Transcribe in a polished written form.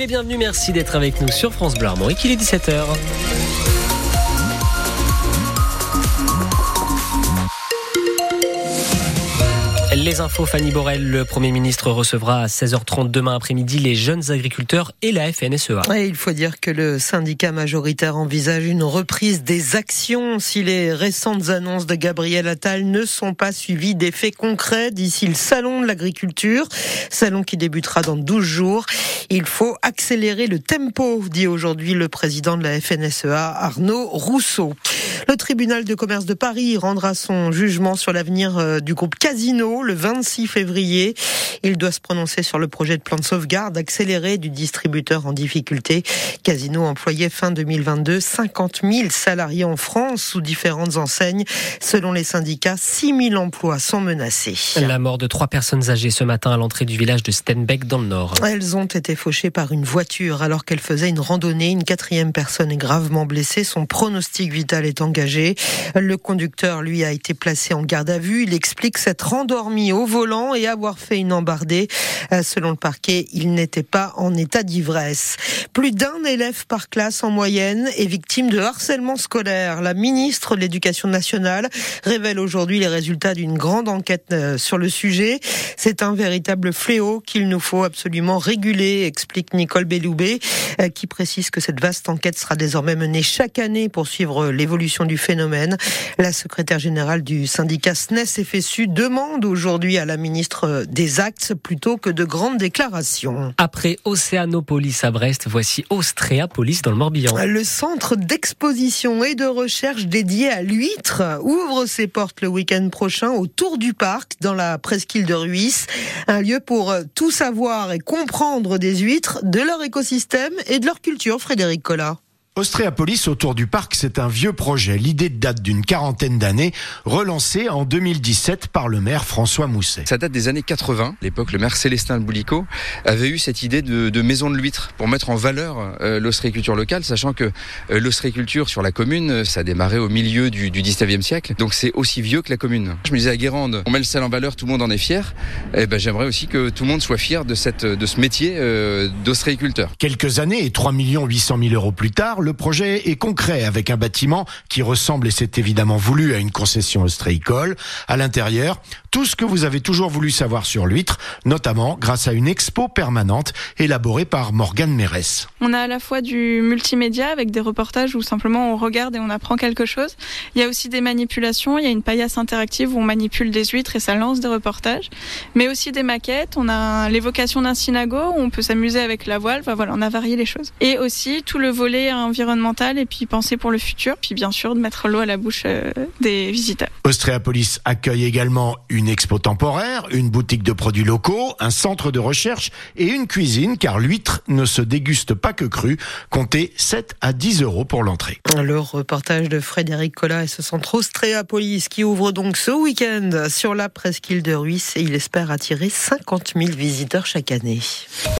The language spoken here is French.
les bienvenus, merci d'être avec nous sur France Bleu Armorique, il est 17h. Les infos, Fanny Borel, le Premier ministre recevra à 16h30 demain après-midi les jeunes agriculteurs et la FNSEA. Et il faut dire que le syndicat majoritaire envisage une reprise des actions si les récentes annonces de Gabriel Attal ne sont pas suivies d'effets concrets d'ici le salon de l'agriculture, salon qui débutera dans 12 jours. Il faut accélérer le tempo, dit aujourd'hui le président de la FNSEA, Arnaud Rousseau. Le tribunal de commerce de Paris rendra son jugement sur l'avenir du groupe Casino le 26 février. Il doit se prononcer sur le projet de plan de sauvegarde accéléré du distributeur en difficulté. Casino employait fin 2022 50 000 salariés en France sous différentes enseignes. Selon les syndicats, 6 000 emplois sont menacés. La mort de 3 personnes âgées ce matin à l'entrée du village de Steenbeek dans le Nord. Elles ont été fauchées par une voiture alors qu'elles faisaient une randonnée. Une 4e personne est gravement blessée. Son pronostic vital est engagé. Le conducteur, lui, a été placé en garde à vue. Il explique s'être endormi au volant et avoir fait une embardée. Selon le parquet, il n'était pas en état d'ivresse. Plus d'un élève par classe en moyenne est victime de harcèlement scolaire. La ministre de l'Éducation nationale révèle aujourd'hui les résultats d'une grande enquête sur le sujet. C'est un véritable fléau qu'il nous faut absolument réguler, explique Nicole Belloubet, qui précise que cette vaste enquête sera désormais menée chaque année pour suivre l'évolution du phénomène. La secrétaire générale du syndicat SNES-FSU demande aujourd'hui à la ministre des actes plutôt que de grandes déclarations. Après Océanopolis à Brest, voici Ostréapolis dans le Morbihan. Le centre d'exposition et de recherche dédié à l'huître ouvre ses portes le week-end prochain autour du parc dans la presqu'île de Ruisse. Un lieu pour tout savoir et comprendre des huîtres, de leur écosystème et de leur culture. Frédéric Collat. Ostréapolis autour du parc, c'est un vieux projet. L'idée date d'une quarantaine d'années, relancée en 2017 par le maire François Mousset. Ça date des années 80. À l'époque, le maire Célestin Boulico avait eu cette idée de maison de l'huître pour mettre en valeur l'ostréiculture locale, sachant que l'ostréiculture sur la commune, ça a démarré au milieu du 19e siècle. Donc c'est aussi vieux que la commune. Je me disais à Guérande, on met le sel en valeur, tout le monde en est fier. Et ben, j'aimerais aussi que tout le monde soit fier de ce métier d'ostréiculteur. Quelques années et 3 800 000 euros plus tard, le projet est concret avec un bâtiment qui ressemble, et c'est évidemment voulu, à une concession ostréicole. À l'intérieur, tout ce que vous avez toujours voulu savoir sur l'huître, notamment grâce à une expo permanente élaborée par Morgane Mérès. On a à la fois du multimédia avec des reportages où simplement on regarde et on apprend quelque chose. Il y a aussi des manipulations, il y a une paillasse interactive où on manipule des huîtres et ça lance des reportages. Mais aussi des maquettes, on a l'évocation d'un synago où on peut s'amuser avec la voile, enfin, voilà, on a varié les choses. Et aussi tout le volet environnemental et puis penser pour le futur, puis bien sûr de mettre l'eau à la bouche des visiteurs. Ostréapolis accueille également une expo temporaire, une boutique de produits locaux, un centre de recherche et une cuisine, car l'huître ne se déguste pas que crue. Comptez 7 à 10 euros pour l'entrée. Le reportage de Frédéric Collat et ce centre Ostréapolis qui ouvre donc ce week-end sur la presqu'île de Ruisse et il espère attirer 50 000 visiteurs chaque année.